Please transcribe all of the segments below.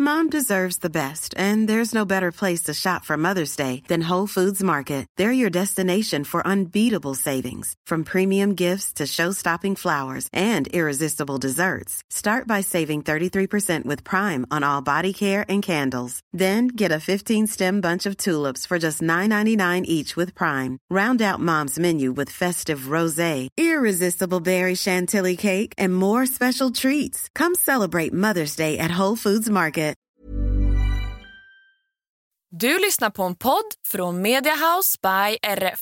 Mom deserves the best, and there's no better place to shop for Mother's Day than Whole Foods Market. They're your destination for unbeatable savings, from premium gifts to show-stopping flowers and irresistible desserts. Start by saving 33% with Prime on all body care and candles. Then get a 15-stem bunch of tulips for just $9.99 each with Prime. Round out Mom's menu with festive rosé, irresistible berry chantilly cake, and more special treats. Come celebrate Mother's Day at Whole Foods Market. Du lyssnar på en podd från Media House by RF.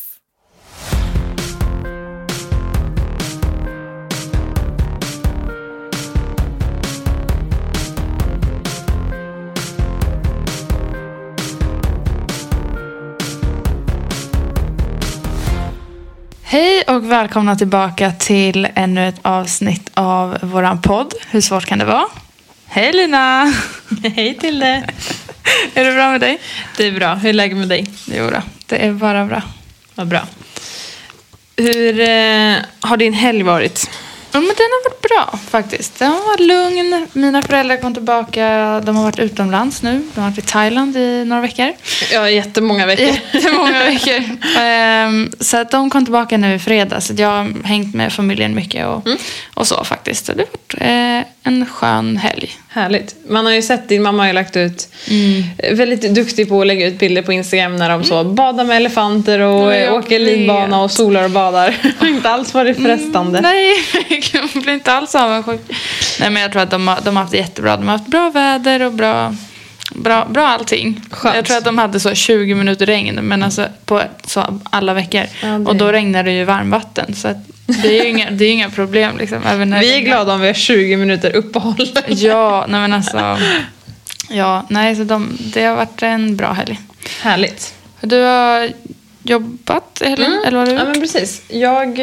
Hej och välkomna tillbaka till ännu ett avsnitt av våran podd. Hur svårt kan det vara? Hej Lina! Hej till dig! Är det bra med dig? Det är bra. Hur är läget med dig? Jo då, det är bara bra. Vad bra. Hur har din helg varit? Ja, men den har varit bra faktiskt. Den har varit lugn. Mina föräldrar kom tillbaka. De har varit utomlands nu. De har varit i Thailand i några veckor. Ja, jättemånga veckor. Jättemånga veckor. Så att de kom tillbaka nu i fredag. Så jag har hängt med familjen mycket och så faktiskt. Så det har varit en skön helg. Härligt. Man har ju sett, din mamma har ju lagt ut väldigt duktig på att lägga ut bilder på Instagram när de så badar med elefanter och åker linbana och solar och badar. Inte alls varit frestande. Nej, jag blir inte alls avundsjuk. Nej, men jag tror att de har haft det jättebra. De har haft bra väder och bra allting. Skönt. Jag tror att de hade så 20 minuter regn, men alltså på så alla veckor. Ja, och då regnar det ju varmvatten, så att det är ju inga problem liksom. Även när vi är glada om vi har 20 minuter uppehåll. Ja, nej men alltså. Ja, nej, så det har varit en bra helg. Härligt. Du har jobbat eller vad har du gjort? Ja, men precis. Jag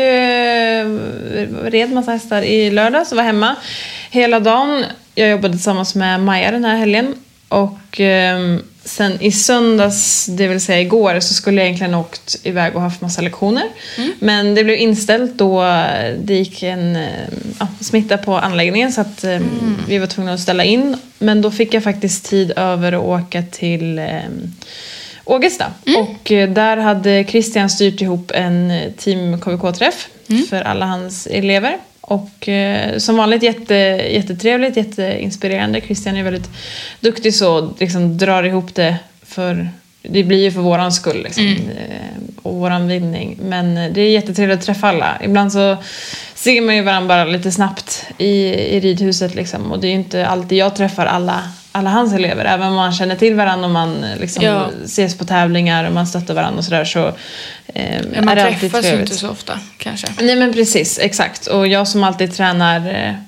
red massa hästar i lördag, så var hemma hela dagen. Jag jobbade tillsammans med Maja den här helgen. Och sen i söndags, det vill säga igår, så skulle jag egentligen åkt iväg och haft massa lektioner. Men det blev inställt då det gick en smitta på anläggningen, så att vi var tvungna att ställa in. Men då fick jag faktiskt tid över att åka till Ågesta. Och där hade Christian styrt ihop en team KVK-träff för alla hans elever. Och som vanligt jättetrevligt, jätteinspirerande. Christian är väldigt duktig, så liksom drar ihop det, för det blir ju för våran skull liksom, och våran vinning. Men det är jättetrevligt att träffa alla. Ibland så ser man ju varandra bara lite snabbt i ridhuset liksom. Och det är ju inte alltid jag träffar alla hans elever. Även om man känner till varandra och man liksom ses på tävlingar och man stöttar varandra och sådär, så man är det alltid träffas ju trevligt. inte så ofta kanske. Nej, men precis, exakt. Och jag som alltid tränar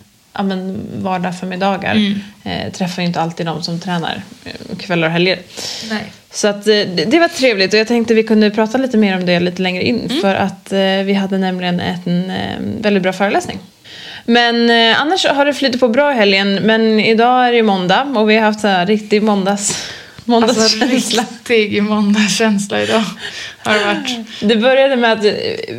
vardag förmiddagar träffar ju inte alltid de som tränar kvällar och helger. Nej. Så att det var trevligt, och jag tänkte vi kunde prata lite mer om det lite längre in. För att vi hade nämligen en väldigt bra föreläsning. Men annars har det flyttat på bra i helgen. Men idag är det ju måndag och vi har haft så här riktig måndagskänsla. Riktig måndagskänsla idag har det varit. Det började med att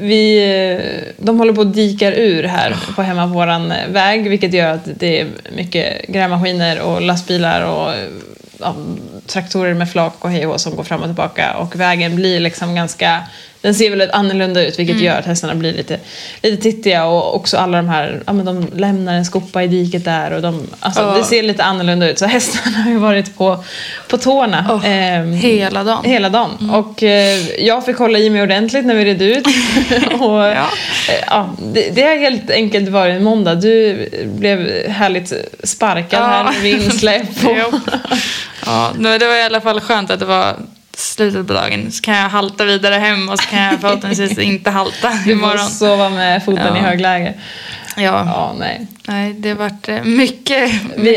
de håller på att dikar ur här på hemma våran väg, vilket gör att det är mycket grävmaskiner och lastbilar och traktorer med flak och hej och som går fram och tillbaka, och vägen blir liksom ganska, den ser väldigt annorlunda ut, vilket gör att hästarna blir lite tittiga, och också alla de här, de lämnar en skopa i diket där, och det ser lite annorlunda ut, så hästarna har ju varit på tårna hela dagen. Och jag fick hålla i mig ordentligt när vi red ut. Och det har helt enkelt varit en måndag. Du blev härligt sparkad här vid insläpp. Ja, det var i alla fall skönt att det var slutet på dagen. Så kan jag halta vidare hem, och så kan jag förhoppningsvis inte halta imorgon. Du får sova med foten i högläge. Ja, nej, det har varit mycket.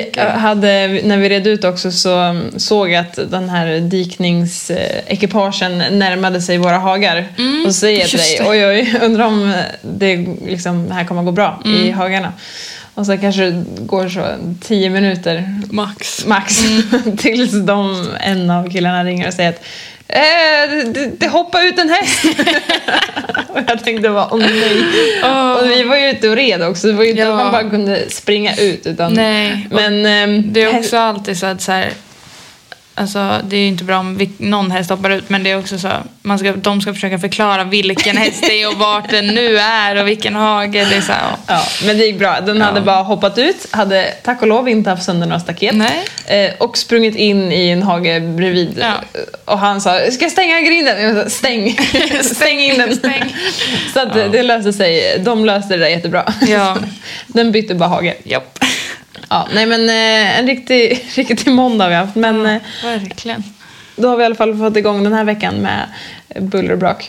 När vi red ut också, så såg jag att den här dikningsekipagen närmade sig våra hagar. Och så säger jag till dig, oj, undrar om det liksom här kommer gå bra i hagarna. Och så kanske det går så 10 minuter max tills en av killarna ringer och säger att det hoppade ut en häst. Och jag tänkte bara, nej. Och vi var ju ute och red också. Det var ju inte att man bara kunde springa ut. Utan, nej. Men, det är också alltid så att så här, alltså, det är ju inte bra om någon häst hoppar ut, men det är också så de ska försöka förklara vilken häst det är och vart den nu är och vilken hage det är så här, Ja, men det gick bra. Den hade bara hoppat ut, hade tack och lov inte haft sönder några staket. Och sprungit in i en hage bredvid. Ja. Och han sa, ska jag stänga grinden? Jag sa, stäng in den. Så att det löste sig. De löste det där jättebra. Ja. Den bytte bara hage. Japp. Ja, nej men en riktig måndag har vi haft. Men verkligen. Då har vi i alla fall fått igång den här veckan med buller och brak.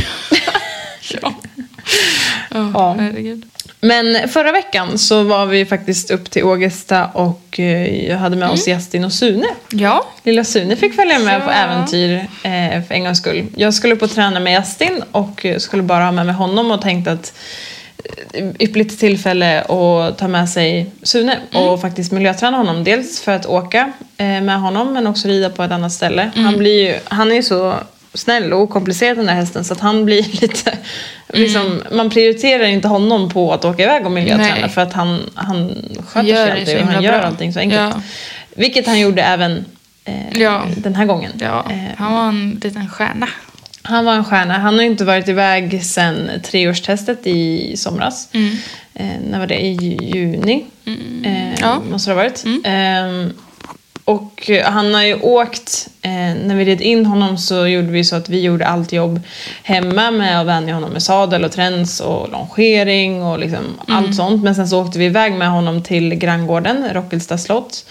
Ja, herregud. Men förra veckan så var vi faktiskt upp till Ågesta och jag hade med oss Justin och Sune. Ja. Lilla Sune fick följa med på äventyr för en gångs skull. Jag skulle upp och träna med Justin och skulle bara ha med mig honom och tänkte att ypperligt tillfälle att ta med sig Sune och faktiskt miljöträna honom. Dels för att åka med honom men också rida på ett annat ställe. Han är ju så snäll och okomplicerad den där hästen så att han blir lite liksom, man prioriterar inte honom på att åka iväg och miljöträna för att han sköter sig alltid och han gör allting så enkelt. Vilket han gjorde även den här gången. Han var en liten stjärna. Han var en stjärna. Han har inte varit iväg sedan 3-årstestet i somras. När var det? I juni. Måste det ha varit. Och han har ju åkt, när vi red in honom så gjorde vi så att vi gjorde allt jobb hemma med att vänja honom med sadel och träns och longering och liksom allt sånt. Men sen så åkte vi iväg med honom till granngården, Rockelsta slott,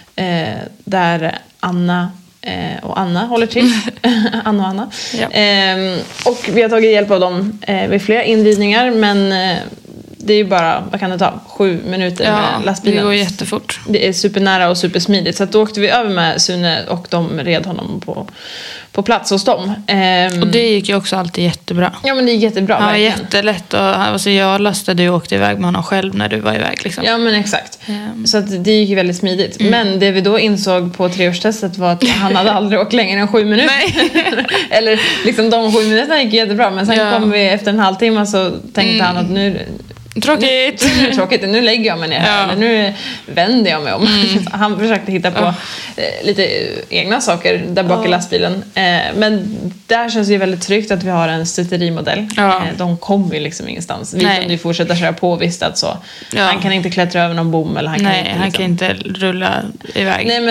där Anna och Anna håller till. Anna och Anna. Och vi har tagit hjälp av dem vid flera inridningar men det är ju bara, vad kan det ta? 7 minuter med lastbilen. Det går jättefort. Det är supernära och supersmidigt. Så att då åkte vi över med Sune och de red honom på plats hos dem. Och det gick ju också alltid jättebra. Ja, men det gick jättebra. Ja, jättelätt. Och, alltså, jag lastade ju och åkte iväg med honom själv när du var iväg. Liksom. Ja, men exakt. Så att det gick ju väldigt smidigt. Men det vi då insåg på 3-årstestet var att han hade aldrig åkt längre än 7 minuter. Eller liksom de 7 minuterna gick jättebra. Men sen kom vi efter en halvtimme så tänkte han att nu... Tråkigt. Nu lägger jag mig ner här. Eller nu vänder jag mig om. Han försökte hitta på lite egna saker där bak i lastbilen. Men där känns det ju väldigt tryggt att vi har en stuterimodell. De kommer ju liksom ingenstans. Vi kan ju fortsätta köra på visst att så. Han kan inte klättra över någon bom. Eller han kan inte rulla iväg. Nej, men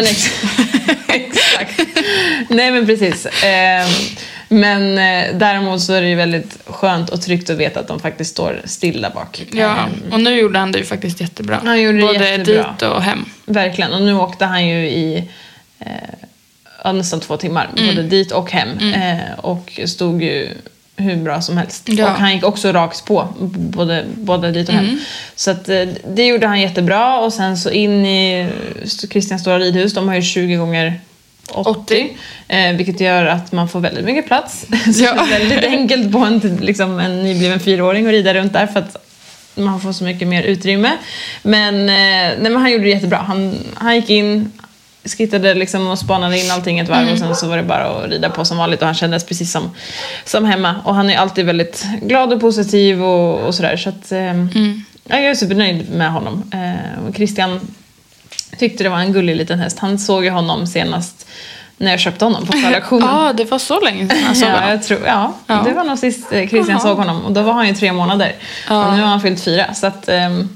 exakt. Nej, men precis. Men däremot så är det ju väldigt skönt och tryggt att veta att de faktiskt står stilla bak. Ja, och nu gjorde han det ju faktiskt jättebra. Han gjorde det både jättebra. Dit och hem. Verkligen, och nu åkte han ju i nästan 2 timmar. Både dit och hem. Och stod ju hur bra som helst. Och han gick också rakt på både dit och hem. Så att, det gjorde han jättebra. Och sen så in i Kristians stora ridhus. De har ju 20 gånger 80. Vilket gör att man får väldigt mycket plats. Så det är väldigt enkelt på en nybliven 4-åring att rida runt där för att man får så mycket mer utrymme. Men han gjorde det jättebra. Han gick in, skittade liksom och spanade in allting ett varv och sen så var det bara att rida på som vanligt och han kändes precis som hemma. Och han är alltid väldigt glad och positiv och sådär. Så att jag är supernöjd med honom. Christian tyckte det var en gullig liten häst. Han såg ju honom senast när jag köpte honom på kollektionen. Ja, det var så länge sedan han såg honom. Jag tror, det var nog sist Christian såg honom. Och då var han ju 3 månader. Och nu har han fyllt 4. Så att,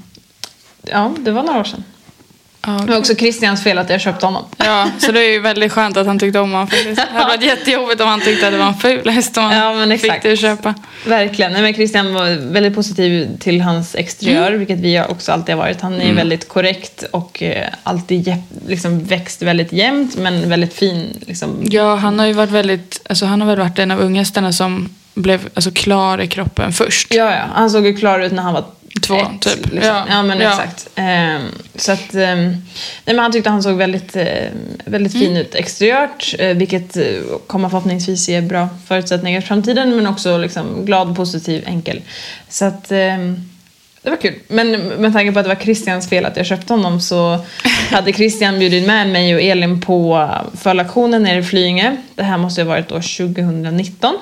det var några år sedan. Det var också Christians fel att jag köpte honom. Ja, så det är ju väldigt skönt att han tyckte om honom faktiskt. Det hade varit jättejobbigt om han tyckte att det var en ful häst om han fick det att köpa. Verkligen. Nej, men Christian var väldigt positiv till hans exteriör, vilket vi också alltid har varit. Han är väldigt korrekt och alltid liksom växt väldigt jämnt, men väldigt fin. Liksom. Ja, han har ju varit väldigt, alltså han har väl varit en av unghästarna som blev klar i kroppen först. Ja, han såg ju klar ut när han var 2 typ. Liksom. Ja, men exakt. Så att men han tyckte han såg väldigt fin ut exteriört, vilket kommer förhoppningsvis ge bra förutsättningar i framtiden, men också liksom glad, positiv, enkel. Så att det var kul. Men med tanke på att det var Christians fel att jag köpte honom, så hade Christian bjudit med mig och Elin på förlektionen nere i Flyinge. Det här måste ha varit då 2019.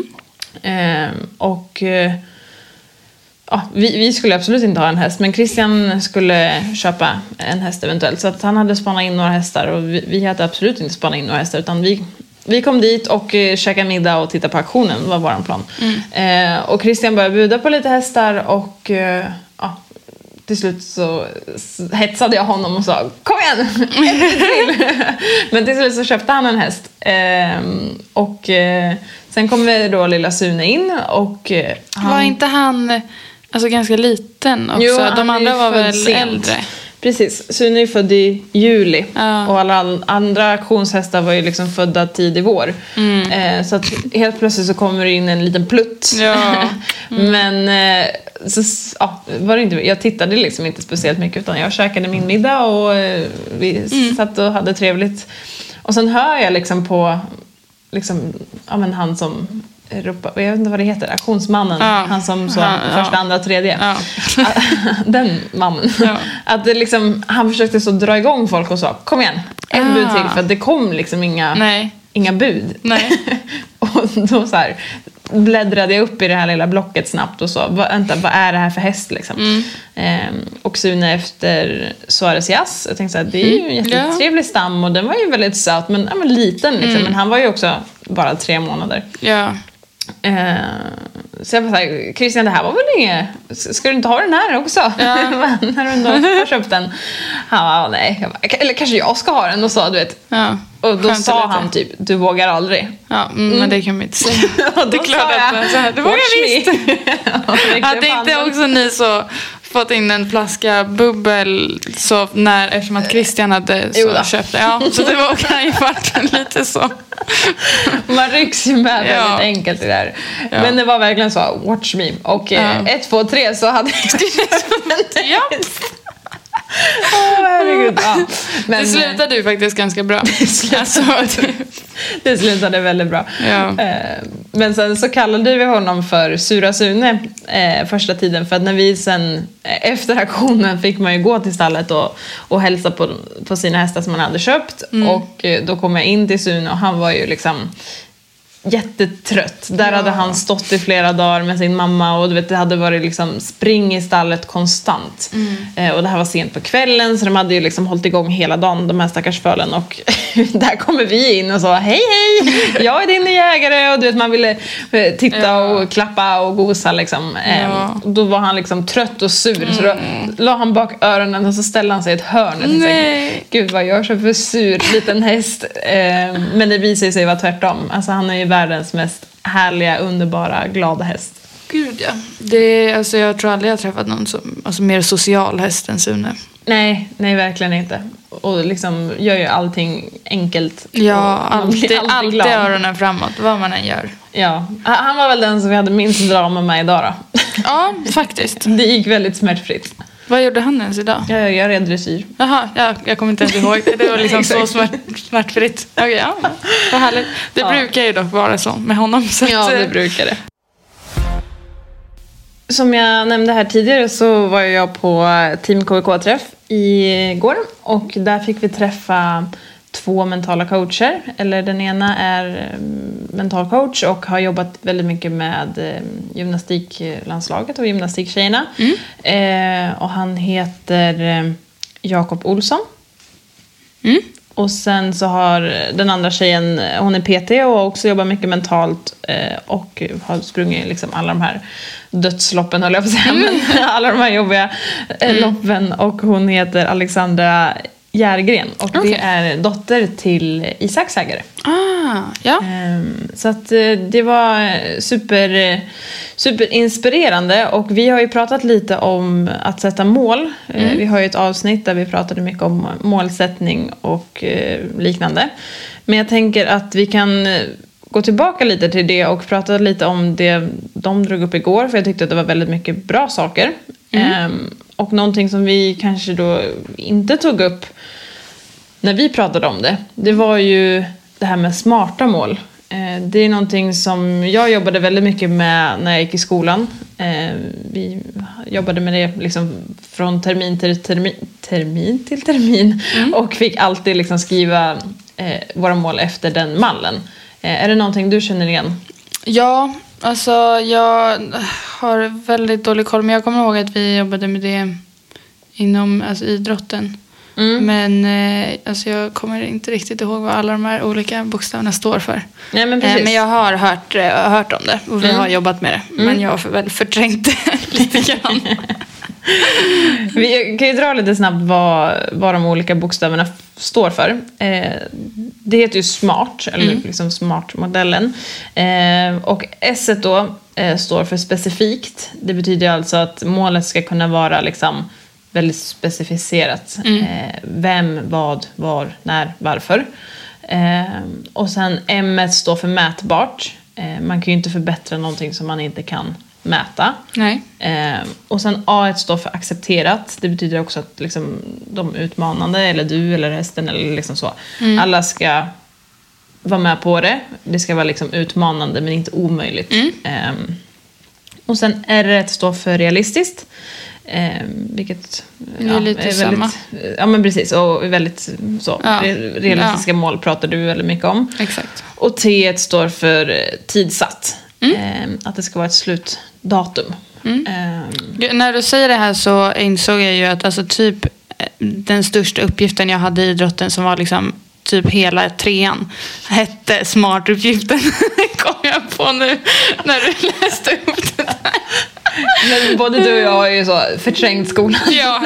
Vi skulle absolut inte ha en häst, men Christian skulle köpa en häst eventuellt. Så att han hade spanat in några hästar, och vi hade absolut inte spanat in några hästar, utan vi kom dit och käkade middag och tittade på auktionen, var våran plan. Och Christian började buda på lite hästar, och till slut så hetsade jag honom och sa, kom igen, men till slut så köpte han en häst. Sen kom då lilla Sune in, och Var inte han alltså ganska liten också? Jo, de andra var väl sent. äldre? Precis, Sune är född i juli. Ja. Och alla andra auktionshästar var ju liksom födda tidig vår. Så att helt plötsligt så kommer det in en liten plutt. Ja. Men var det inte, jag tittade liksom inte speciellt mycket, utan jag käkade min middag och vi satt och hade trevligt. Och sen hör jag liksom på men han som jag vet inte vad det heter, auktionsmannen, han som så första, andra, tredje, den mannen, att det liksom, han försökte så dra igång folk och sa, kom igen, en bud till, för att det kom liksom inga bud. Nej. Och då så här bläddrade jag upp i det här lilla blocket snabbt och så, vänta, vad är det här för häst liksom? Och Sune efter Suarez Jazz, jag tänkte så här, det är ju en jättetrevlig stam, och den var ju väldigt söt, men liten liksom, men han var ju också bara 3 månader. Ja. Så jag bara såhär, Christian, det här var väl inget, ska du inte ha den här också? När du ändå har köpt den. Han bara, nej, eller kanske jag ska ha den, och så, du vet. Och då sa han typ, du vågar aldrig. Men det kan man inte säga. Det är klart att så här, du vågar visst. Hade inte också ni så fått in en flaska bubbel så eftersom att Christian hade så köpt det. Ja, så det var kan ju varit lite så. Man rycks ju med väldigt enkelt i det där. Men det var verkligen så, watch me. Och 1, 2, 3 så hade jag herregud. Men, det slutade ju faktiskt ganska bra. Det slutade väldigt bra. Men sen så kallade vi honom för Sura Sune första tiden, för att när vi sen efter auktionen fick man ju gå till stallet och hälsa på sina hästar som man hade köpt. Och då kom jag in till Sune, och han var ju liksom jättetrött. Där hade han stått i flera dagar med sin mamma, och du vet, det hade varit liksom spring i stallet konstant. Och det här var sent på kvällen, så de hade ju liksom hållit igång hela dagen, de här stackars fölen. Och där kommer vi in och sa, hej, jag är din jägare, och du vet, man ville titta och klappa och gosa liksom. Då var han liksom trött och sur, så då la han bak öronen och så ställde han sig i ett hörn och tänkte, gud vad jag kör för sur liten häst. Men det visade sig vara tvärtom. Alltså han är ju världens mest härliga, underbara, glada häst. Gud ja. Jag tror aldrig jag har träffat någon som mer social häst än Sune. Nej, verkligen inte. Och liksom gör ju allting enkelt. Ja, alltid öronen framåt, vad man än gör. Ja, han var väl den som vi hade minst drama med idag då. Ja, faktiskt. Det gick väldigt smärtfritt. Vad gjorde han ens idag? Jag red dressyr. Jaha, jag kommer inte ens ihåg. Det var liksom så smärtfritt. Okej, vad härligt. Det brukar ju dock vara så med honom. Så det brukar det. Som jag nämnde här tidigare så var jag på Team KVK-träff igår. Och där fick vi träffa 2 mentala coacher. Eller den ena är mental coach och har jobbat väldigt mycket med gymnastiklandslaget och gymnastiktjejerna. Och han heter Jakob Olsson. Och sen så har den andra tjejen, hon är PT och också jobbar mycket mentalt och har sprungit liksom alla de här dödsloppen, höll jag på att säga, men alla de här jobbiga loppen, och hon heter Alexandra Järgren och det är dotter till Isak Sägare. Så att det var superinspirerande, och vi har ju pratat lite om att sätta mål. Vi har ju ett avsnitt där vi pratade mycket om målsättning och liknande. Men jag tänker att vi kan gå tillbaka lite till det och prata lite om det de drog upp igår, för jag tyckte att det var väldigt mycket bra saker. Och någonting som vi kanske då inte tog upp när vi pratade om det var ju det här med smarta mål. Det är någonting som jag jobbade väldigt mycket med när jag gick i skolan. Vi jobbade med det liksom från termin till termin och fick alltid liksom skriva våra mål efter den mallen. Är det någonting du känner igen? Ja, alltså jag har väldigt dålig koll, men jag kommer ihåg att vi jobbade med det inom idrotten. Men alltså jag kommer inte riktigt ihåg vad alla de här olika bokstäverna står för. Nej, men precis. Men jag har hört om det och vi har jobbat med det. Men jag har väl förträngt det lite grann. Vi kan ju dra lite snabbt vad de olika bokstäverna står för. Det heter ju SMART, eller liksom SMART-modellen. Och S då står för specifikt. Det betyder alltså att målet ska kunna vara liksom väldigt specificerat. Vem, vad, var, när, varför. Och sen M står för mätbart. Man kan ju inte förbättra någonting som man inte kan mäta. Nej. Och sen A står för accepterat. Det betyder också att liksom, de utmanande, eller du eller resten eller liksom så. Alla ska vara med på det. Det ska vara liksom utmanande men inte omöjligt. Och sen R står för realistiskt. Vilket det är lite samma. Ja, men precis. Och väldigt så. Realistiska mål pratar du väldigt mycket om. Exakt. Och T står för tidsatt. Att det ska vara ett slutdatum. När du säger det här så insåg jag ju att alltså typ den största uppgiften jag hade i idrotten som var liksom typ hela 3:an hette SMART-uppgiften. Kom jag på nu när du läste upp det där. Men både du och jag har ju så förträngt skolan. Ja,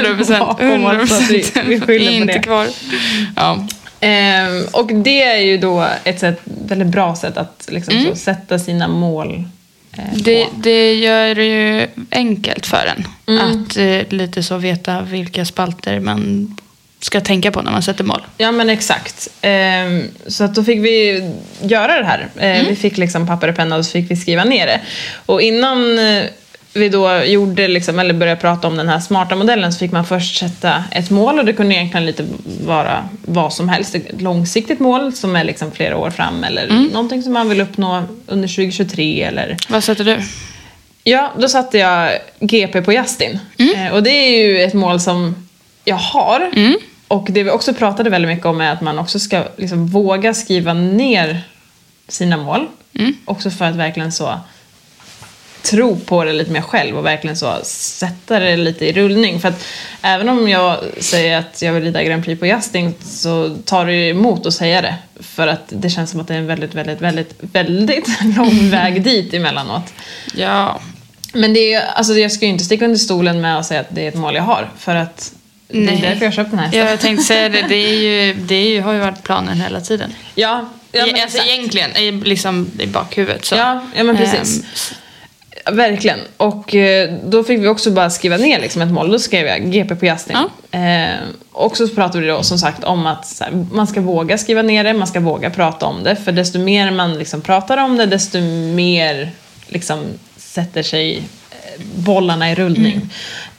100%. Vi skyller på inte det. Kvar. Ja. Och det är ju då ett väldigt bra sätt att liksom så sätta sina mål det gör det ju enkelt för en att lite så veta vilka spalter man ska tänka på när man sätter mål. Ja, men exakt. Så att då fick vi göra det här. Vi fick liksom papper och penna och så fick vi skriva ner det. Och innan vi då gjorde liksom, eller började prata om den här smarta modellen så fick man först sätta ett mål och det kunde egentligen lite vara vad som helst. Ett långsiktigt mål som är liksom flera år fram eller någonting som man vill uppnå under 2023 eller... Vad sätter du? Ja, då satte jag GP på Justin. Och det är ju ett mål som jag har. Och det vi också pratade väldigt mycket om är att man också ska liksom våga skriva ner sina mål. Också för att verkligen så tro på det lite mer själv och verkligen så sätta det lite i rullning. För att även om jag säger att jag vill rida Grand Prix på Justin så tar det ju emot att säga det. För att det känns som att det är en väldigt, väldigt, väldigt, väldigt lång väg dit emellanåt. Ja. Men det är, alltså jag ska ju inte sticka under stolen med att säga att det är ett mål jag har. För att det är därför jag köpt den här. Jag tänkte säga det. Det har ju varit planen hela tiden. Ja, men alltså egentligen liksom i bakhuvudet. Så. Ja, men precis. Verkligen. Och då fick vi också bara skriva ner liksom ett mål. Då skrev jag GP på Justin. Och så pratade vi då som sagt om att så här, man ska våga skriva ner det. Man ska våga prata om det. För desto mer man liksom pratar om det, desto mer liksom sätter sig bollarna i rullning.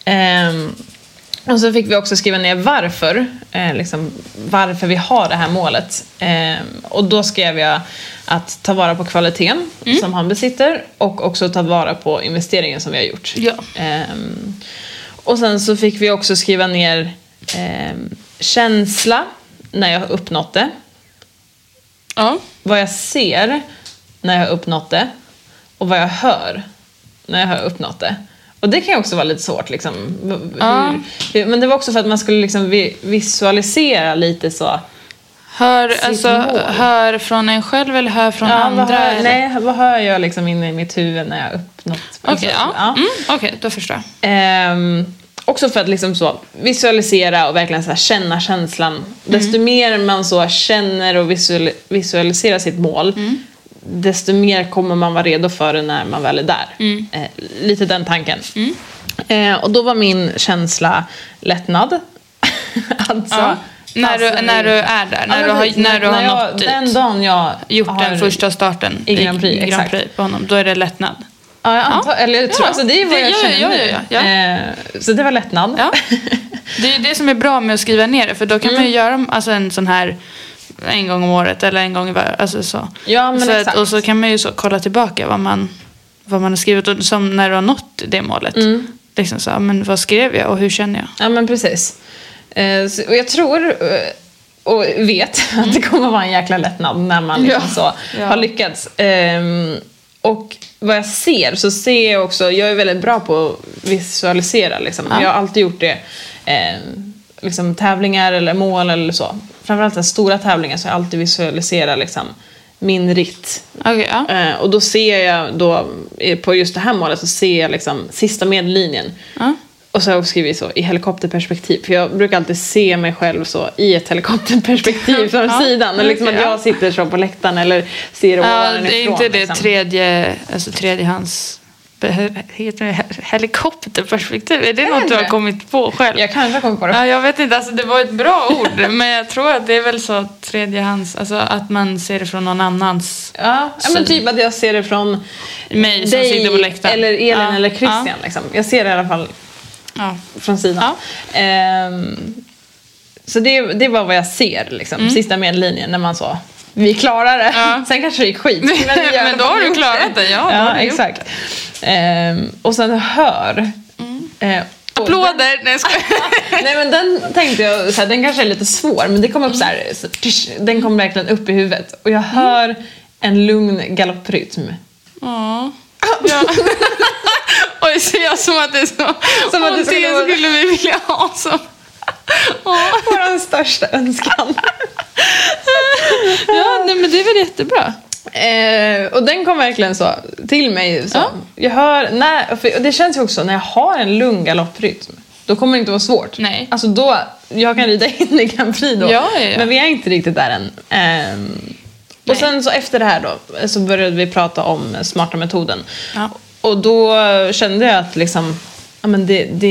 Och så fick vi också skriva ner varför. Liksom, varför vi har det här målet. Och då skrev jag att ta vara på kvaliteten som han besitter. Och också ta vara på investeringen som vi har gjort. Ja. Och sen så fick vi också skriva ner känsla när jag har uppnått det. Ja. Vad jag ser när jag har uppnått det. Och vad jag hör när jag har uppnått det. Och det kan ju också vara lite svårt liksom. Men det var också för att man skulle liksom visualisera lite så. Hör från en själv eller hör från andra? Vad hör jag liksom inne i mitt huvud när jag har uppnått? Okej, då förstår jag. Också för att liksom så visualisera och verkligen så här känna känslan. Desto mer man så känner och visualiserar sitt mål, desto mer kommer man vara redo för det när man väl är där. Lite den tanken. Och då var min känsla lättnad. Alltså, när du är där, när du har nått dit. Den dagen jag gjort har den första starten i Grand Prix på honom, då är det lättnad. Ja, jag antar, eller jag tror alltså det är vad jag känner. Ja. Så det var lättnad. Ja. Det är det som är bra med att skriva ner det, för då kan man ju göra alltså en sån här en gång om året eller en gång i varje, alltså så. Ja, men exakt. Och så kan man ju så kolla tillbaka vad man har skrivit och som när du har nått det målet. liksom så, men vad skrev jag och hur känner jag? Ja, men precis. Och jag tror och vet att det kommer vara en jäkla lättnad när man liksom har lyckats. Och vad jag ser jag också, jag är väldigt bra på att visualisera liksom. Jag har alltid gjort det liksom tävlingar eller mål eller så. Framförallt så stora tävlingar så jag alltid visualiserar liksom min ritt. Okay, ja. Och då ser jag då på just det här målet så ser jag liksom sista medellinjen. Och så har jag också skrivit så i helikopterperspektiv. För jag brukar alltid se mig själv så i ett helikopterperspektiv från sidan. Eller liksom att jag sitter så på läktaren eller ser ovan det är ifrån. inte det liksom. tredjehands... Heter det helikopterperspektiv? Är det något du har kommit på själv? Jag kanske har kommit på det. Ja, jag vet inte, alltså det var ett bra ord. Men jag tror att det är väl så tredjehands, alltså att man ser det från någon annans. Ja, men typ att jag ser det från mig som sitter på läktaren. Eller Elin eller Christian liksom. Jag ser det i alla fall från sidan. Så det var vad jag ser liksom. Sista medellinjen när man så vi klarar det. Sen kanske det gick skit. Men då har du klarat det. Ja, exakt. Och sen hör. Applåder. Nej, men den tänkte jag så här, den kanske är lite svår, men det kom upp så här, den kom verkligen upp i huvudet och jag hör en lugn galopprytm. Ja. Oj, ser jag som att det är så. Som att det skulle vi vilja ha som. Vår största önskan. Ja, nej, men det är väl jättebra. Och den kom verkligen så till mig så. Jag hör och det känns ju också när jag har en lugn galopprytm, då kommer det inte vara svårt. Nej. Alltså då jag kan rida in i Grand Prix då. Ja. Men vi är inte riktigt där än. Och sen så efter det här då så började vi prata om smarta metoden. Ja. Och då kände jag att liksom men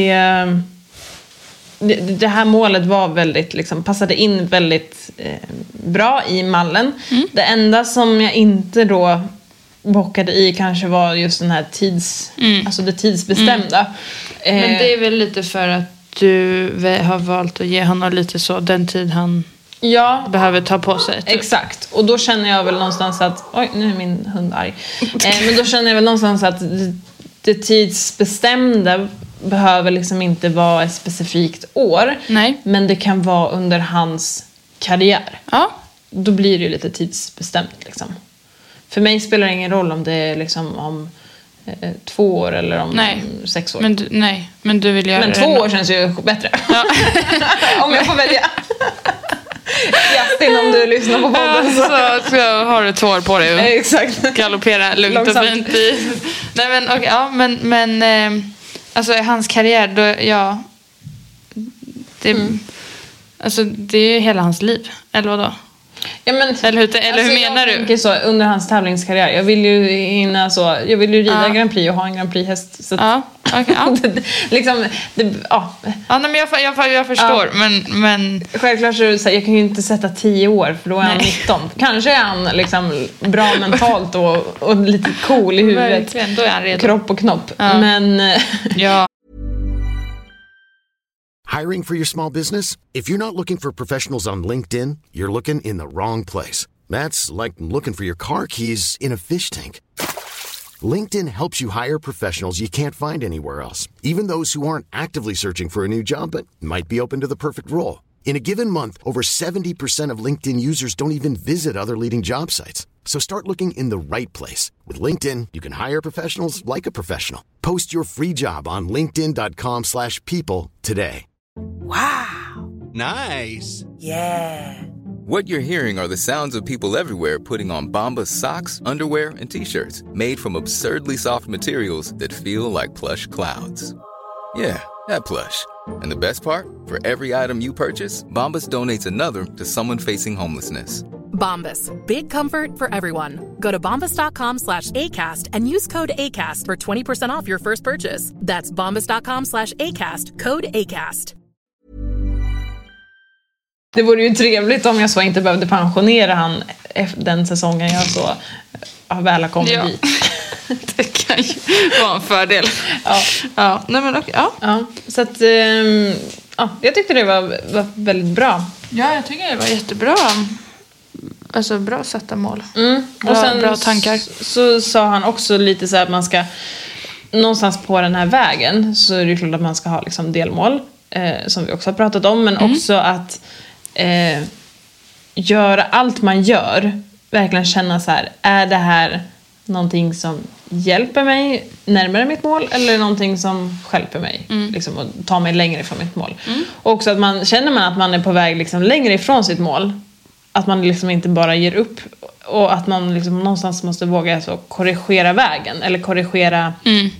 det här målet var väldigt liksom, passade in väldigt bra i mallen. Det enda som jag inte då bockade i kanske var just den här alltså det tidsbestämda. Men det är väl lite för att du har valt att ge honom lite så den tid han behöver ta på sig. Typ. Exakt. Och då känner jag väl någonstans att oj, nu är min hund arg. Men då känner jag väl någonstans att det tidsbestämda behöver liksom inte vara ett specifikt år. Nej. Men det kan vara under hans karriär. Ja. Då blir det ju lite tidsbestämt liksom. För mig spelar det ingen roll om det är liksom om 2 år eller om 6 år. Men du vill göra men 2 år känns ju bättre. Ja. Om jag får välja. Justin, om du lyssnar på podden så har du 2 år på dig och exakt. Galoppera lugnt och fint i. Nej, men okay, men alltså hans karriär då, alltså det är ju hela hans liv, eller vadå? Ja, men, eller hur menar du? Jag så, under hans tävlingskarriär. Jag vill ju rida Grand Prix och ha en Grand Prix-häst. Så liksom, men jag förstår. Men självklart så jag kan ju inte sätta 10 år för då är han 19. Kanske är han liksom bra mentalt och lite cool i huvudet. Verkligen, då är han redo. Kropp och knopp. Men Hiring for your small business? If you're not looking for professionals on LinkedIn, you're looking in the wrong place. That's like looking for your car keys in a fish tank. LinkedIn helps you hire professionals you can't find anywhere else, even those who aren't actively searching for a new job but might be open to the perfect role. In a given month, over 70% of LinkedIn users don't even visit other leading job sites. So start looking in the right place. With LinkedIn, you can hire professionals like a professional. Post your free job on linkedin.com/people today. Wow. Nice. Yeah. What you're hearing are the sounds of people everywhere putting on Bombas socks, underwear, and T-shirts made from absurdly soft materials that feel like plush clouds. Yeah, that plush. And the best part? For every item you purchase, Bombas donates another to someone facing homelessness. Bombas. Big comfort for everyone. Go to bombas.com/ACAST and use code ACAST for 20% off your first purchase. That's bombas.com/ACAST. Code ACAST. Det vore ju trevligt om jag så inte behövde pensionera han efter den säsongen jag så väl har kommit dit. Det kan ju vara en fördel. Ja. Nej, men okej. Ja. Så att jag tyckte det var väldigt bra. Ja, jag tycker det var jättebra. Alltså bra sätta mål. Och sen bra tankar. Så sa han också lite så här att man ska någonstans på den här vägen så är det klart att man ska ha liksom delmål, som vi också har pratat om, men också att göra allt man gör, verkligen känna så här, är det här någonting som hjälper mig närmare mitt mål eller någonting som stjälper mig liksom, och tar mig längre från mitt mål. Och också att man känner att man är på väg liksom längre ifrån sitt mål, att man liksom inte bara ger upp, och att man liksom någonstans måste våga så korrigera vägen eller korrigera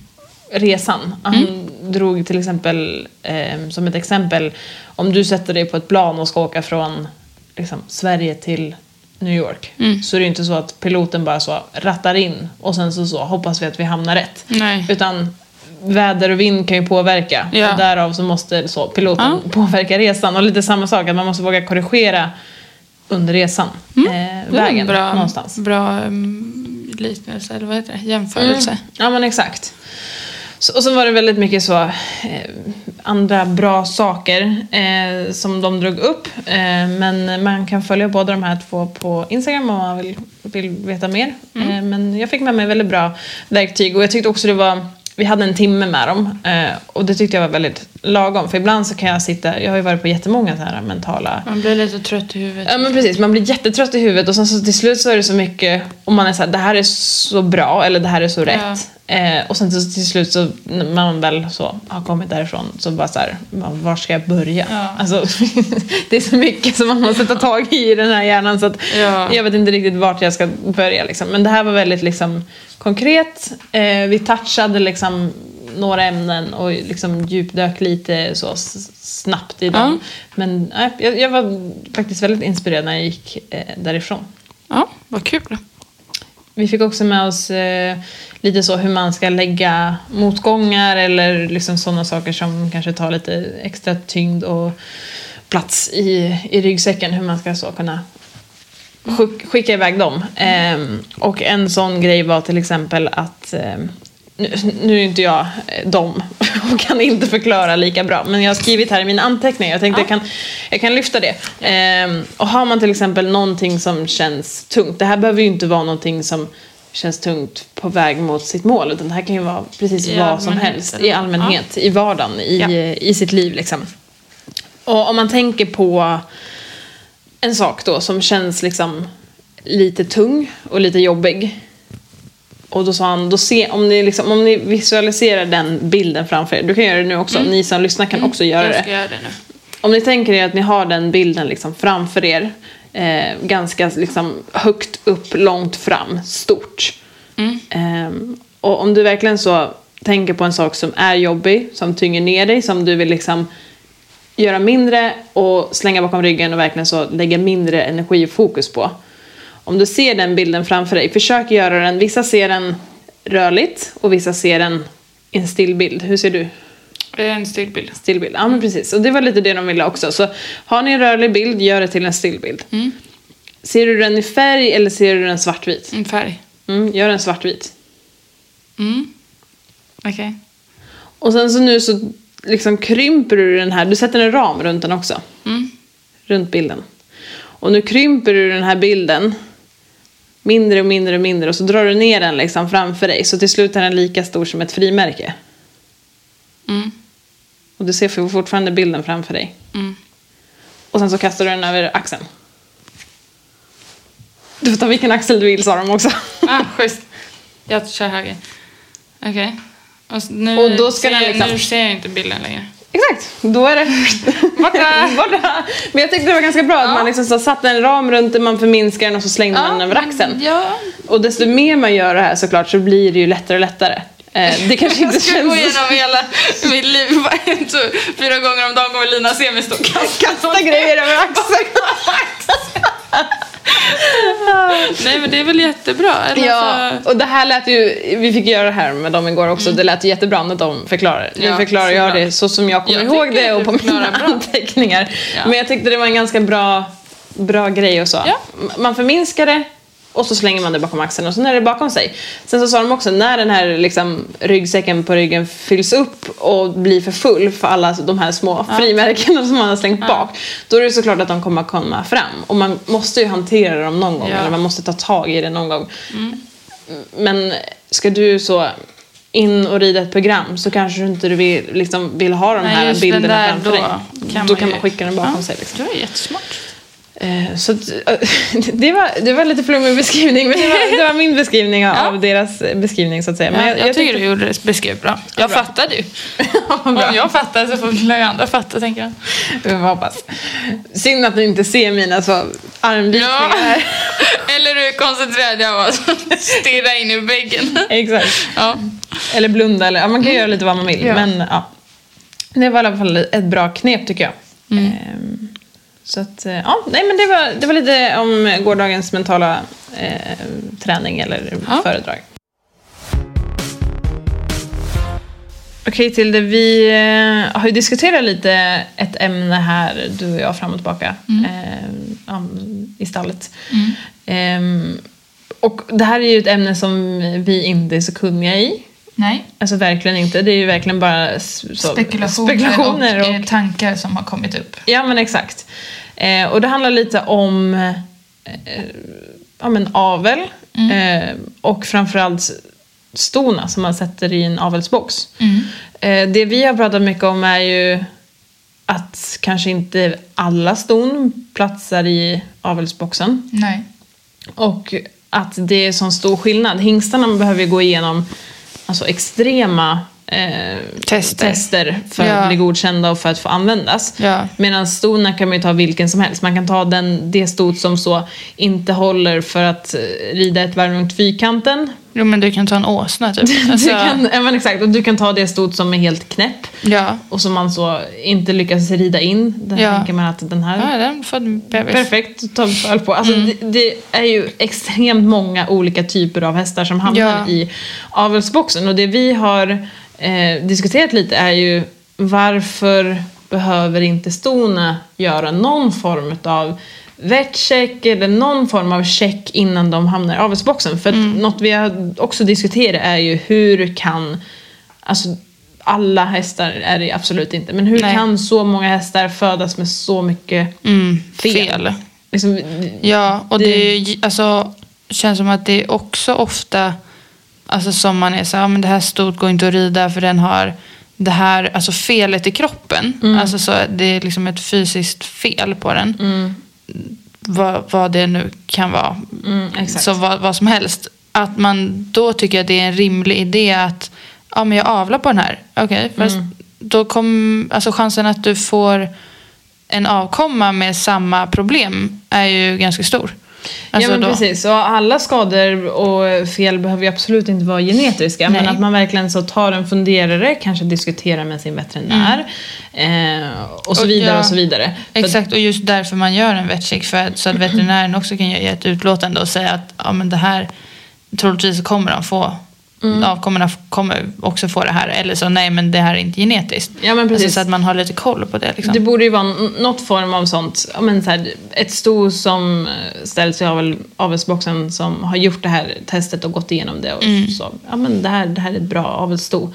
resan. Han drog till exempel som ett exempel, om du sätter dig på ett plan och ska åka från liksom, Sverige till New York, så är det inte så att piloten bara så rattar in och sen så hoppas vi att vi hamnar rätt. Nej. Utan väder och vind kan ju påverka, och därav så måste så piloten påverka resan, och lite samma sak, att man måste våga korrigera under resan vägen bra, någonstans. Bra liknelse, eller vad heter det? Jämförelse. Ja, men exakt. Och så var det väldigt mycket så andra bra saker som de drog upp. Men man kan följa båda de här två på Instagram om man vill veta mer. Men jag fick med mig väldigt bra verktyg, och jag tyckte också vi hade en timme med dem, och det tyckte jag var väldigt lagom. För ibland så kan jag har ju varit på jättemånga så här mentala... Man blir lite trött i huvudet. Ja, men precis, man blir jättetrött i huvudet, och sen så till slut så är det så mycket, och man är så här, det här är så bra eller det här är så rätt. Och sen så till slut så när man väl så har kommit därifrån, så bara så här, var ska jag börja? Alltså, det är så mycket som man måste ta tag i den här hjärnan, så att jag vet inte riktigt vart jag ska börja liksom. Men det här var väldigt liksom konkret. Vi touchade liksom några ämnen och liksom djupdök lite så snabbt i dem. Men jag var faktiskt väldigt inspirerad när jag gick därifrån. Ja, vad kul. Vi fick också med oss lite så hur man ska lägga motgångar eller liksom sådana saker som kanske tar lite extra tyngd och plats i ryggsäcken, hur man ska så kunna skicka iväg dem. Och en sån grej var till exempel att nu är inte jag dem och kan inte förklara lika bra, men jag har skrivit här i mina anteckningar. Jag tänkte jag kan lyfta det. Och har man till exempel någonting som känns tungt, det här behöver ju inte vara någonting som känns tungt på väg mot sitt mål, utan det här kan ju vara precis vad som helst i allmänhet, i vardagen, i sitt liv liksom. Och om man tänker på en sak då som känns liksom lite tung och lite jobbig, och då sa han, om ni visualiserar den bilden framför er, du kan göra det nu också, ni som lyssnar kan också göra det. Jag ska göra det nu. Om ni tänker er att ni har den bilden liksom framför er, ganska liksom högt upp, långt fram, stort. Och om du verkligen så tänker på en sak som är jobbig, som tynger ner dig, som du vill liksom göra mindre och slänga bakom ryggen och verkligen så lägga mindre energi och fokus på. Om du ser den bilden framför dig, försök göra den. Vissa ser den rörligt och vissa ser den i en stillbild. Hur ser du? En stillbild. Stillbild, ja men precis. Och det var lite det de ville också. Så har ni en rörlig bild, gör det till en stillbild. Ser du den i färg eller ser du den svartvit? Färg. Gör den svartvit. Okej. Och sen så nu så liksom krymper du den här. Du sätter en ram runt den också. Runt bilden. Och nu krymper du den här bilden mindre och mindre och mindre, och så drar du ner den liksom framför dig, så till slut är den lika stor som ett frimärke. Och du ser fortfarande bilden framför dig. Och sen så kastar du den över axeln. Du får ta vilken axel du vill, sa de också. Schysst. Jag kör höger. Okej. Och då ska den liksom... Nu ser jag inte bilden längre. Exakt, då är det borta. Men jag tyckte det var ganska bra att man liksom så satte en ram runt det, man förminskar den och så slängde man den över axeln. Och desto mer man gör det här såklart, så blir det ju lättare och lättare. Det kanske inte jag ska känns... gå igenom hela mitt liv 4 gånger om dagen, kommer Lina se mig stå och kasta grejer över axeln. Nej, men det är väl jättebra. Eller ja, och det här lät ju, vi fick göra det här med dem igår också, det lät ju jättebra när de förklarar. Nu förklarar jag det så som jag kommer ihåg det och på mina anteckningar. Men jag tyckte det var en ganska bra grej och så. Man förminskar det och så slänger man det bakom axeln och så är det bakom sig. Sen så sa de också, när den här liksom ryggsäcken på ryggen fylls upp och blir för full för alla de här små frimärkena som man har slängt bak, då är det såklart att de kommer komma fram. Och man måste ju hantera dem någon gång, eller man måste ta tag i det någon gång. Men ska du så in och rida ett program så kanske du inte vill ha de här bilderna framför dig. Då kan man skicka den bakom sig. Liksom. Det är jättesmart. Så det var lite flummig beskrivning, men det var min beskrivning av deras beskrivning så att säga. Men jag tycker du gjorde det beskrev bra. Jag fattade ju. Om jag fattar så får vi andra fatta, tänker jag. Jag hoppas. Synd att ni inte ser mina så armvisningar här. Eller du är koncentrerad av att stirra in i väggen. Exakt. Ja. Eller blunda, eller man kan göra lite vad man vill. Ja. Men det var i alla fall ett bra knep tycker jag. Så att, men det var lite om gårdagens mentala träning eller föredrag. Okej, till det vi har ju diskuterat lite ett ämne här, du och jag, fram och tillbaka i stallet. Och det här är ju ett ämne som vi inte är så kunniga i. Nej. Alltså verkligen inte. Det är ju verkligen bara spekulationer och tankar som har kommit upp. Ja, men exakt. Och det handlar lite om avel och framförallt stona som man sätter i en avelsbox. Det vi har pratat mycket om är ju att kanske inte alla ston platsar i avelsboxen. Nej. Och att det är sån stor skillnad. Hingstarna behöver gå igenom extrema tester för att bli godkända och för att få användas. Medan stona kan man ju ta vilken som helst. Man kan ta det stot som så inte håller för att rida ett varv runt fyrkanten. Jo, men du kan ta en åsna typ. Men exakt, och du kan ta det stot som är helt knäpp. Och som man så inte lyckas rida in. Där tänker man att den här den får perfekt ta föl på. Alltså det är ju extremt många olika typer av hästar som hamnar i avelsboxen. Och det vi har diskuterat lite är ju varför behöver inte stona göra någon form av vetcheck eller någon form av check innan de hamnar i avelsboxen. För något vi har också diskuterat är ju hur kan, alltså alla hästar är det absolut inte, men hur kan så många hästar födas med så mycket fel? Liksom, och det är alltså, känns som att det är också ofta alltså som man är så här, men det här stort går inte att rida för den har det här, alltså felet i kroppen. Alltså så det är liksom ett fysiskt fel på den. Vad det nu kan vara. Exakt. Så vad som helst. Att man då tycker att det är en rimlig idé att men jag avlar på den här. Okej, fast då alltså chansen att du får en avkomma med samma problem är ju ganska stor. Alltså precis. Och alla skador och fel behöver ju absolut inte vara genetiska. Men att man verkligen så tar en funderare, kanske diskuterar med sin veterinär och så vidare och så vidare. Exakt, och just därför man gör en vetcheck, så att veterinären också kan ge ett utlåtande och säga att men det här troligtvis kommer de få. Avkommorna kommer också få det här. Eller så, nej men det här är inte genetiskt. Ja, men precis. Alltså, så att man har lite koll på det liksom. Det borde ju vara något form av sånt, så här, ett sto som ställs i avelsboxen som har gjort det här testet och gått igenom det och så, men det här är ett bra avelssto.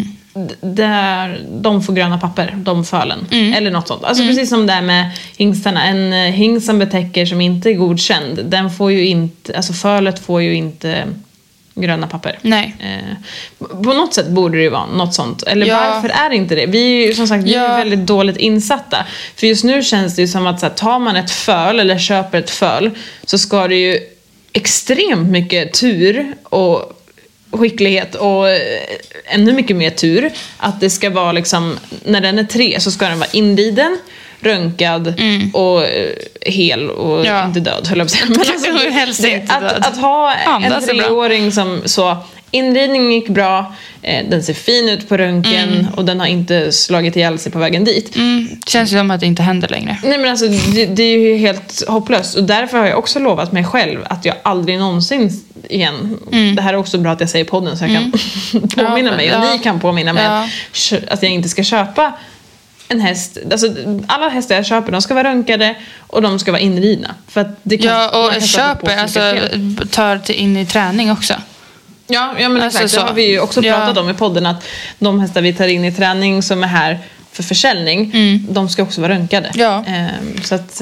Där de får gröna papper, de fölen eller något sånt. Alltså precis som det är med hingstarna. En hingst som betäcker som inte är godkänd, den får ju inte, alltså fölet får ju inte gröna papper. Nej. På något sätt borde det ju vara något sånt. Eller varför är det inte det? Vi är ju som sagt är väldigt dåligt insatta. För just nu känns det ju som att så här, tar man ett föl eller köper ett föl så ska det ju extremt mycket tur och skicklighet och ännu mycket mer tur att det ska vara liksom, när den är 3 så ska den vara inriden, rönkad och hel och inte död, höll jag på att säga. Men alltså, att ha en 3-åring som så, inridningen gick bra, den ser fin ut på röntgen och den har inte slagit ihjäl sig på vägen dit. Känns ju som att det inte händer längre. Nej, men alltså det är ju helt hopplöst, och därför har jag också lovat mig själv att jag aldrig någonsin igen, det här är också bra att jag säger i podden så jag kan påminna mig, och ni kan påminna mig att jag inte ska köpa en häst, alltså alla hästar jag köper, de ska vara rönkade och de ska vara inridna, för att det kan, och köper, alltså tar in i träning också. Ja, men exakt, alltså, det har vi ju också pratat om i podden, att de hästar vi tar in i träning som är här för försäljning, de ska också vara rönkade. Så att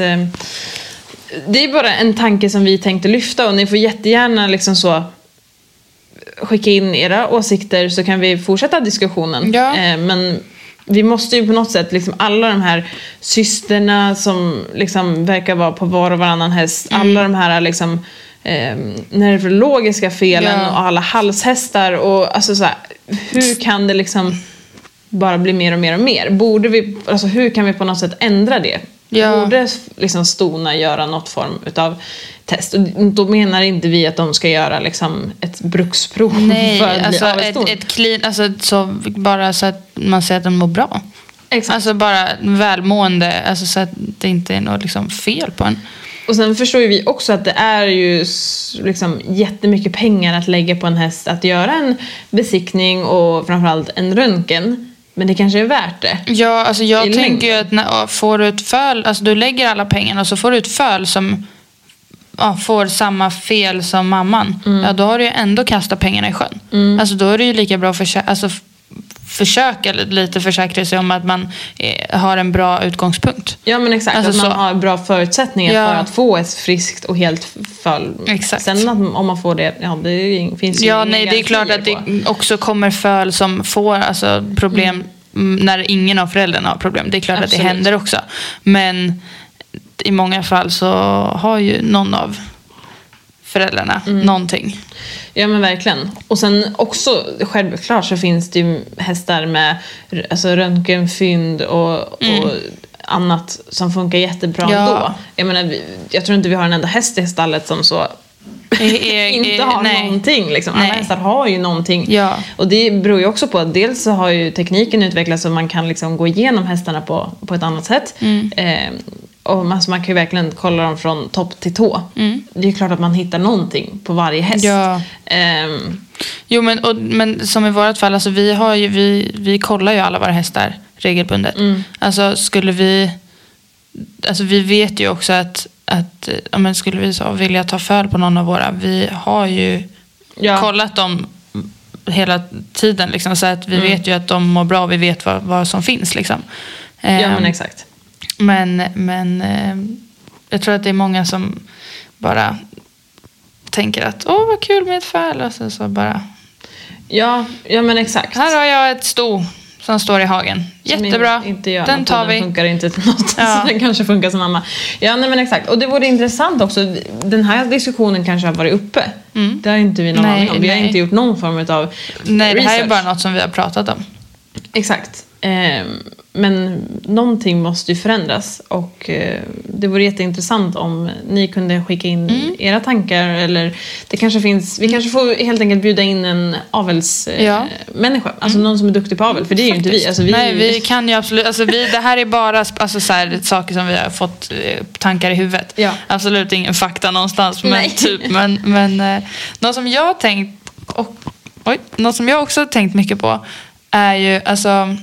det är bara en tanke som vi tänkte lyfta, och ni får jättegärna liksom så skicka in era åsikter så kan vi fortsätta diskussionen. Ja. Men vi måste ju på något sätt, liksom alla de här systerna som verkar vara på var och varannan häst, alla de här liksom neurologiska felen och alla halshästar och alltså så här, hur kan det liksom bara bli mer och mer och mer? Borde vi, alltså hur kan vi på något sätt ändra det? Borde liksom Stona göra något form utav test? Och då menar inte vi att de ska göra liksom ett bruksprov. Nej, för att alltså bli ett clean, alltså så bara så att man säger att den mår bra. Exakt. Alltså bara välmående, alltså så att det inte är något liksom fel på en. Och sen förstår ju vi också att det är ju liksom jättemycket pengar att lägga på en häst att göra en besiktning och framförallt en röntgen. Men det kanske är värt det. Ja, alltså jag tänker ju att när får du ett föl, alltså du lägger alla pengarna och så får du ett föl som får samma fel som mamman. Ja, då har du ju ändå kastat pengarna i sjön. Alltså då är det ju lika bra försöka lite försäkra sig om att man har en bra utgångspunkt. Ja, men exakt, alltså att man har bra förutsättningar för att få ett friskt och helt föl. Exakt. Sen om man får det, det finns ju inga nej, det är klart att det också kommer föl som får alltså problem när ingen av föräldrarna har problem. Det är klart att det händer också. Men i många fall så har ju någon av föräldrarna någonting. Ja, men verkligen. Och sen också, självklart så finns det ju hästar med alltså röntgenfynd och annat som funkar jättebra då. Jag menar, jag tror inte vi har en enda häst i stallet som så inte har någonting liksom. Alla hästar har ju någonting. Ja. Och det beror ju också på att dels så har ju tekniken utvecklats så man kan liksom gå igenom hästarna på ett annat sätt. Och man kan ju verkligen kolla dem från topp till tå. Det är klart att man hittar någonting på varje häst. Ja. Jo, men som i vårt fall, alltså vi kollar ju alla våra hästar regelbundet. Alltså skulle vi, alltså vi vet ju också att men skulle vi så vilja ta föl på någon av våra, vi har ju kollat dem hela tiden liksom, så att vi vet ju att de mår bra och vi vet vad som finns liksom. Ja, men exakt. Men jag tror att det är många som bara tänker att vad kul med ett föl, och så bara ja, men exakt. Här har jag ett sto som står i hagen. Jättebra. Den tar vi. Den funkar inte till något. Så den kanske funkar som mamma. Ja, nej, men exakt. Och det vore intressant också. Den här diskussionen kanske har varit uppe. Det har inte vi någon aning om. Vi har inte gjort någon form av Nej, research. Det här är bara något som vi har pratat om. Exakt. Men någonting måste ju förändras. Och det vore jätteintressant om ni kunde skicka in era tankar. Eller det kanske finns, vi kanske får helt enkelt bjuda in en avelsmänniska. Alltså någon som är duktig på avel. För det är ju inte vi. Alltså, vi kan ju absolut. Alltså, det här är bara alltså, så här, saker som vi har fått tankar i huvudet. Ja. Absolut ingen fakta någonstans. Men något som jag har tänkt. Något som jag också har tänkt mycket på är ju alltså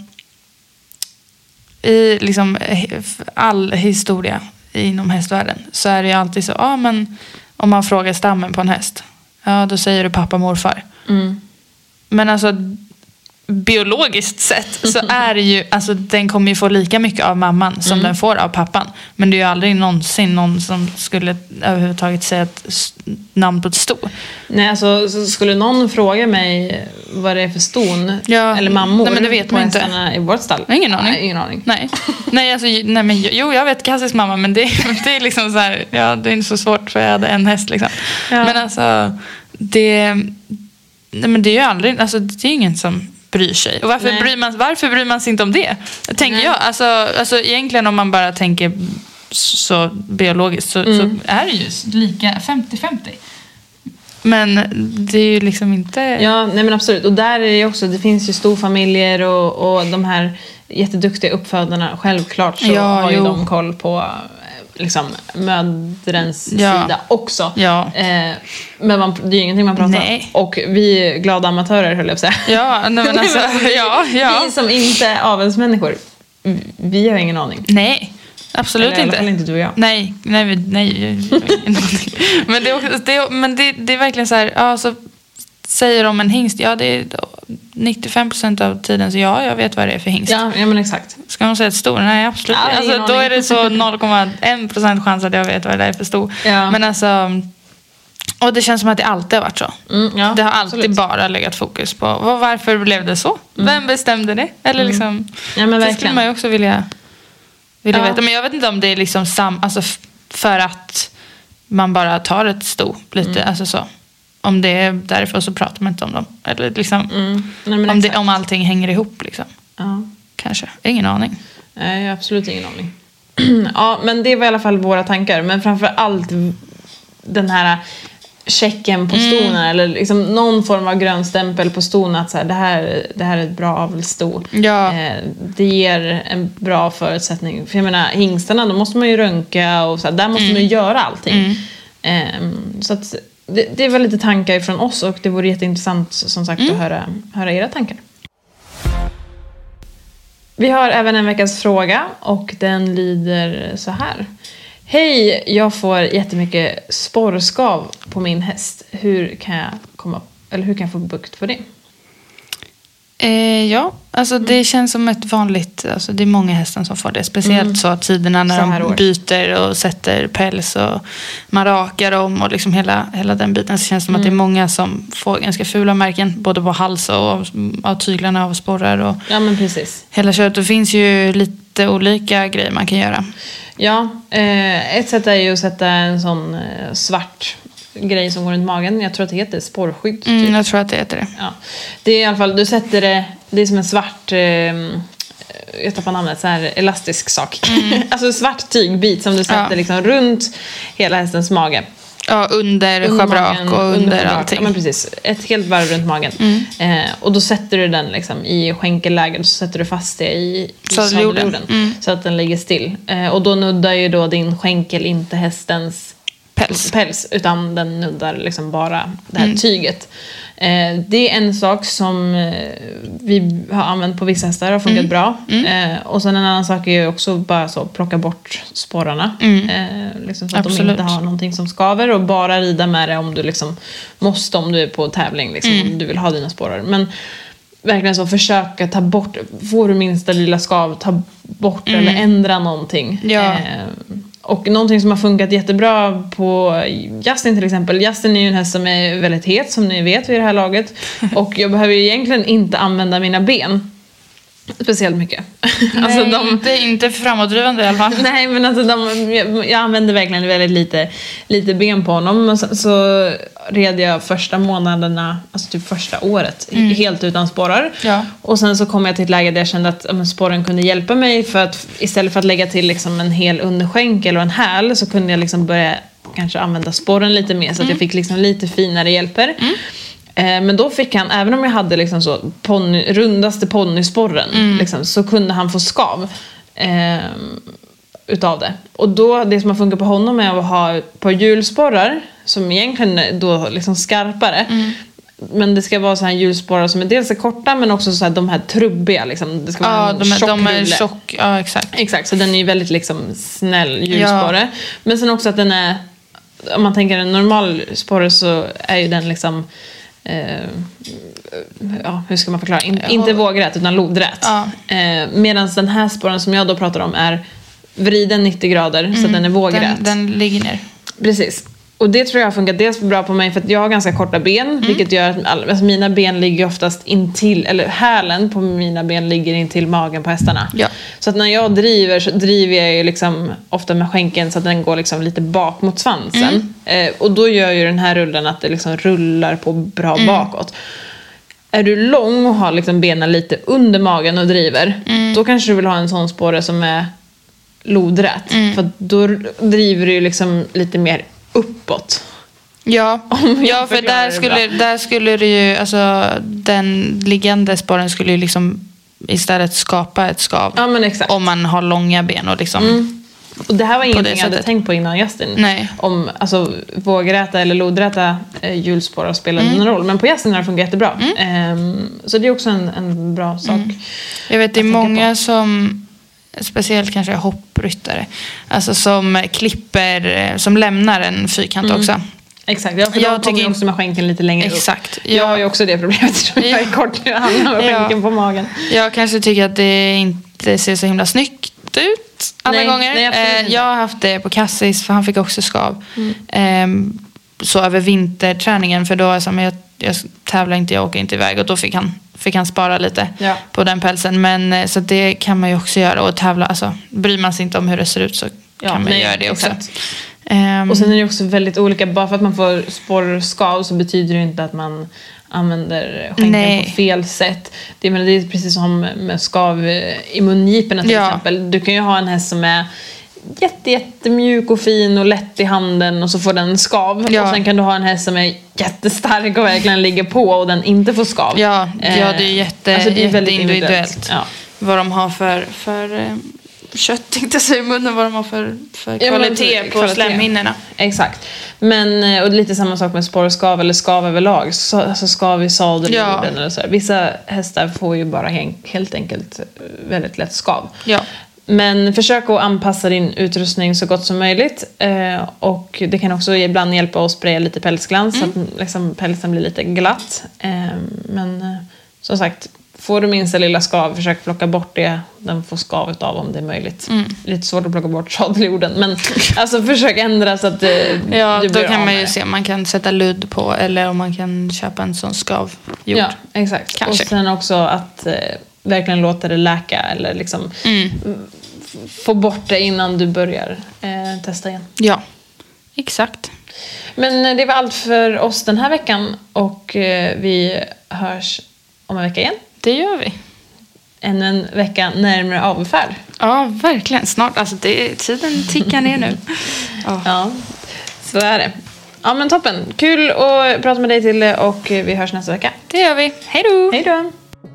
i liksom all historia inom hästvärlden så är det ju alltid så, men om man frågar stammen på en häst, då säger du pappa, morfar. Men alltså biologiskt sett så är det ju, alltså den kommer ju få lika mycket av mamman som den får av pappan. Men det är ju aldrig någonsin någon som skulle överhuvudtaget säga ett namn på ett sto. Nej, alltså så skulle någon fråga mig vad det är för ston eller mammor. Nej, men det vet man inte. I vårt stall. Ingen aning. Ingen aning. Nej, men jag vet Cassis mamma, men det är liksom så här, det är inte så svårt för jag hade en häst liksom. Ja. Men alltså men det är ju aldrig, alltså det är ingen som bryr sig. Och varför bryr man sig inte om det? Tänker jag. Alltså egentligen om man bara tänker så biologiskt så är det ju lika 50-50. Men det är ju liksom inte... Ja, nej men absolut. Och där är det också, det finns ju storfamiljer och de här jätteduktiga uppfödarna. Självklart så har ju de koll på liksom mödrans sida också. Ja. Men det är ju ingenting man pratar om. Och vi är glada amatörer, höll jag på att säga. Ja, nej, men alltså, vi som inte är avelsmänniskor, vi har ingen aning. Nej, absolut inte. I alla fall inte du och jag. Nej. Men det är verkligen så här, så säger de en hingst, det är 95% av tiden så jag vet vad det är för hingst. Ja, men exakt. Ska man säga ett stor? Nej, absolut. Alltså, då är det så 0,1% chans att jag vet vad det är för stor. Ja. Men alltså Och det känns som att det alltid har varit så. Ja, det har alltid absolut. bara legat fokus på varför blev det så? Vem bestämde det? Eller liksom, Ja, men det verkligen. skulle man ju också vilja veta. Men jag vet inte om det är liksom alltså för att man bara tar ett sto lite. Alltså så. Om det är därför så pratar man inte om dem. Eller liksom, Nej, men om allting hänger ihop liksom. Ja. Kanske. Ingen aning. Nej, absolut ingen aning. Ja, men det var i alla fall våra tankar. Men framför allt den här checken på stona eller liksom någon form av grön stämpel på stona att så här, det här är ett bra avelssto. Ja. Det ger en bra förutsättning. För jag menar, hingstarna, då måste man ju rönka och så här, där måste man ju göra allting. Så att det var lite tankar från oss och det vore jätteintressant som sagt att höra era tankar. Vi har även en veckans fråga och den lyder så här. Hej, jag får jättemycket sporrskav på min häst. Hur kan jag få bukt på det? Ja, alltså det känns som ett vanligt, alltså det är många hästar som får det. Speciellt så tiderna när de byter och sätter päls och man rakar dem och liksom hela den biten. Så känns det som att det är många som får ganska fula märken. Både på hals och av tyglarna av sporrar. Och ja, men precis. Hela köret. Det finns ju lite olika grejer man kan göra. Ja, ett sätt är ju att sätta en sån svart grej som går runt magen. Jag tror att det heter sporrskydd. Typ. Jag tror att det heter det. Ja. Det är i alla fall, du sätter det är som en svart jag tappar namnet, så här elastisk sak. Alltså svart tygbit som du sätter liksom runt hela hästens mage. Ja, under schabrak och under allting. Ja, men precis. Ett helt varv runt magen. Och då sätter du den liksom i skänkelläge. Så sätter du fast det i sadeljorden. Så att den ligger still. Och då nuddar ju då din skänkel inte hästens päls utan den nuddar liksom bara det här tyget. Det är en sak som vi har använt på vissa hästar och har funkat bra. Och sen en annan sak är ju också bara så plocka bort sporrarna. Liksom så att de inte har någonting som skaver och bara rida med det om du liksom måste, om du är på tävling liksom, om du vill ha dina sporrar. Men verkligen så försöka ta bort, får du minsta lilla skav, ta bort eller ändra någonting. Ja. Och någonting som har funkat jättebra på Justin till exempel. Justin är ju en häst som är väldigt het, som ni vet vid det här laget. Och jag behöver ju egentligen inte använda mina ben speciellt mycket. Nej, alltså inte framåtdrivande i alla fall. Nej, men alltså jag använde verkligen väldigt lite ben på honom. Och så red jag första månaderna, alltså typ första året, helt utan sporrar. Ja. Och sen så kom jag till ett läge där jag kände att sporren kunde hjälpa mig. För att istället för att lägga till liksom en hel underskänkel och en häl, så kunde jag liksom börja kanske använda sporren lite mer. Så att jag fick liksom lite finare hjälper. Men då fick han, även om jag hade liksom så rundaste ponnysporren liksom, så kunde han få skav utav det. Och då, det som har funkat på honom är att ha ett par hjulsporrar som egentligen då liksom skarpare. Men det ska vara så här hjulsporrar som är dels är korta men också så här de här trubbiga liksom. Det ska vara en tjock de är rulle. tjock, ja exakt. Så den är ju väldigt liksom snäll hjulsporre. Ja. Men sen också att den är, om man tänker en normal sporre så är ju den liksom hur ska man förklara? Inte vågrät utan lodrät. Medan den här spåren som jag då pratar om är vriden 90 grader så att den är vågrät. Den ligger ner. Precis. Och det tror jag har funkat dels bra på mig för att jag har ganska korta ben, vilket gör att alltså mina ben ligger oftast intill, eller hälen på mina ben ligger intill magen på hästarna. Ja. Så att när jag driver så driver jag ju liksom ofta med skänken så att den går liksom lite bak mot svansen. Och då gör ju den här rullen att det liksom rullar på bra bakåt. Är du lång och har liksom benen lite under magen och driver, då kanske du vill ha en sån spåre som är lodrät. För att då driver du ju liksom lite mer uppåt. Ja, för där skulle det ju, alltså den liggande spåren skulle ju liksom istället skapa ett skav. Ja, men exakt. Om man har långa ben och liksom. Och det här var ingenting jag hade tänkt på innan Justin. Nej. Om alltså vågräta eller lodräta hjulspårar spelade någon roll. Men på Justin har det fungerat jättebra. Så det är också en bra sak. Jag vet, det är många som, speciellt kanske hoppryttare, alltså som klipper, som lämnar en fyrkant också. Exakt, för jag tycker också med skänken lite längre upp. Jag har ju också det problemet som jag är kort när jag hamnar med skänken på magen. Jag kanske tycker att det inte ser så himla snyggt ut alla gånger. Jag har haft det på Cassis, för han fick också skav. så över vinterträningen, för då är så, men jag tävlar inte, jag åker inte iväg, och då fick han spara lite på den pälsen. Men så det kan man ju också göra, och tävla, alltså bryr man sig inte om hur det ser ut så kan man göra det också. Och sen är det också väldigt olika, bara för att man får sporrskav så betyder det inte att man använder skänken på fel sätt. Det är precis som med skav i mungiporna till exempel. Du kan ju ha en häst som är jättemjuk och fin och lätt i handen, och så får den skav. Och sen kan du ha en häst som är jättestark och verkligen ligger på, och den inte får skav. Det är väldigt individuellt. Vad de har för kött, inte så i munnen, vad de har för kvalitet på slemhinnorna. Exakt. Men, och lite samma sak med sporrskav eller skav överlag. Alltså skav i sadeln eller så. Vissa hästar får ju bara helt enkelt väldigt lätt skav. Men försök att anpassa din utrustning så gott som möjligt. Och det kan också ibland hjälpa att spraya lite pälsglans så att liksom pälsen blir lite glatt. Men som sagt, får du minsta lilla skav, försök plocka bort det den får skavet av om det är möjligt. Lite svårt att plocka bort sadeljorden, men alltså försök ändra så att du blir då kan man ju se, man kan sätta ludd på, eller om man kan köpa en sån skavjord. Ja, exakt. Kanske. Och sen också att verkligen låta det läka, eller liksom få bort det innan du börjar testa igen. Ja, exakt. Men det var allt för oss den här veckan, och vi hörs om en vecka igen. Det gör vi. Ännu en vecka närmare avfärd. Ja, verkligen. Snart. Alltså tiden tickar ner nu. Ja, så är det. Ja, men toppen. Kul att prata med dig till, och vi hörs nästa vecka. Det gör vi. Hej då! Hej då!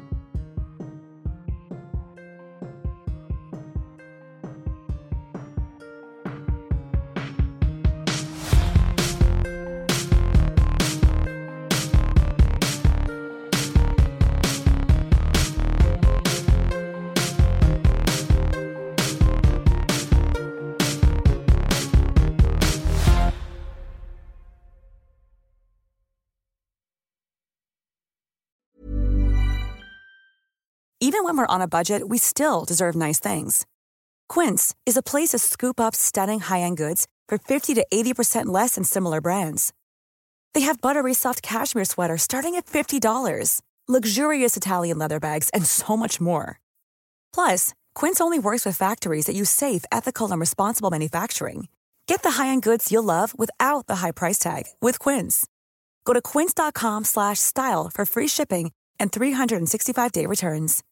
Even when we're on a budget, we still deserve nice things. Quince is a place to scoop up stunning high-end goods for 50 to 80% less than similar brands. They have buttery soft cashmere sweaters starting at $50, luxurious Italian leather bags, and so much more. Plus, Quince only works with factories that use safe, ethical, and responsible manufacturing. Get the high-end goods you'll love without the high price tag with Quince. Go to quince.com/style for free shipping and 365-day returns.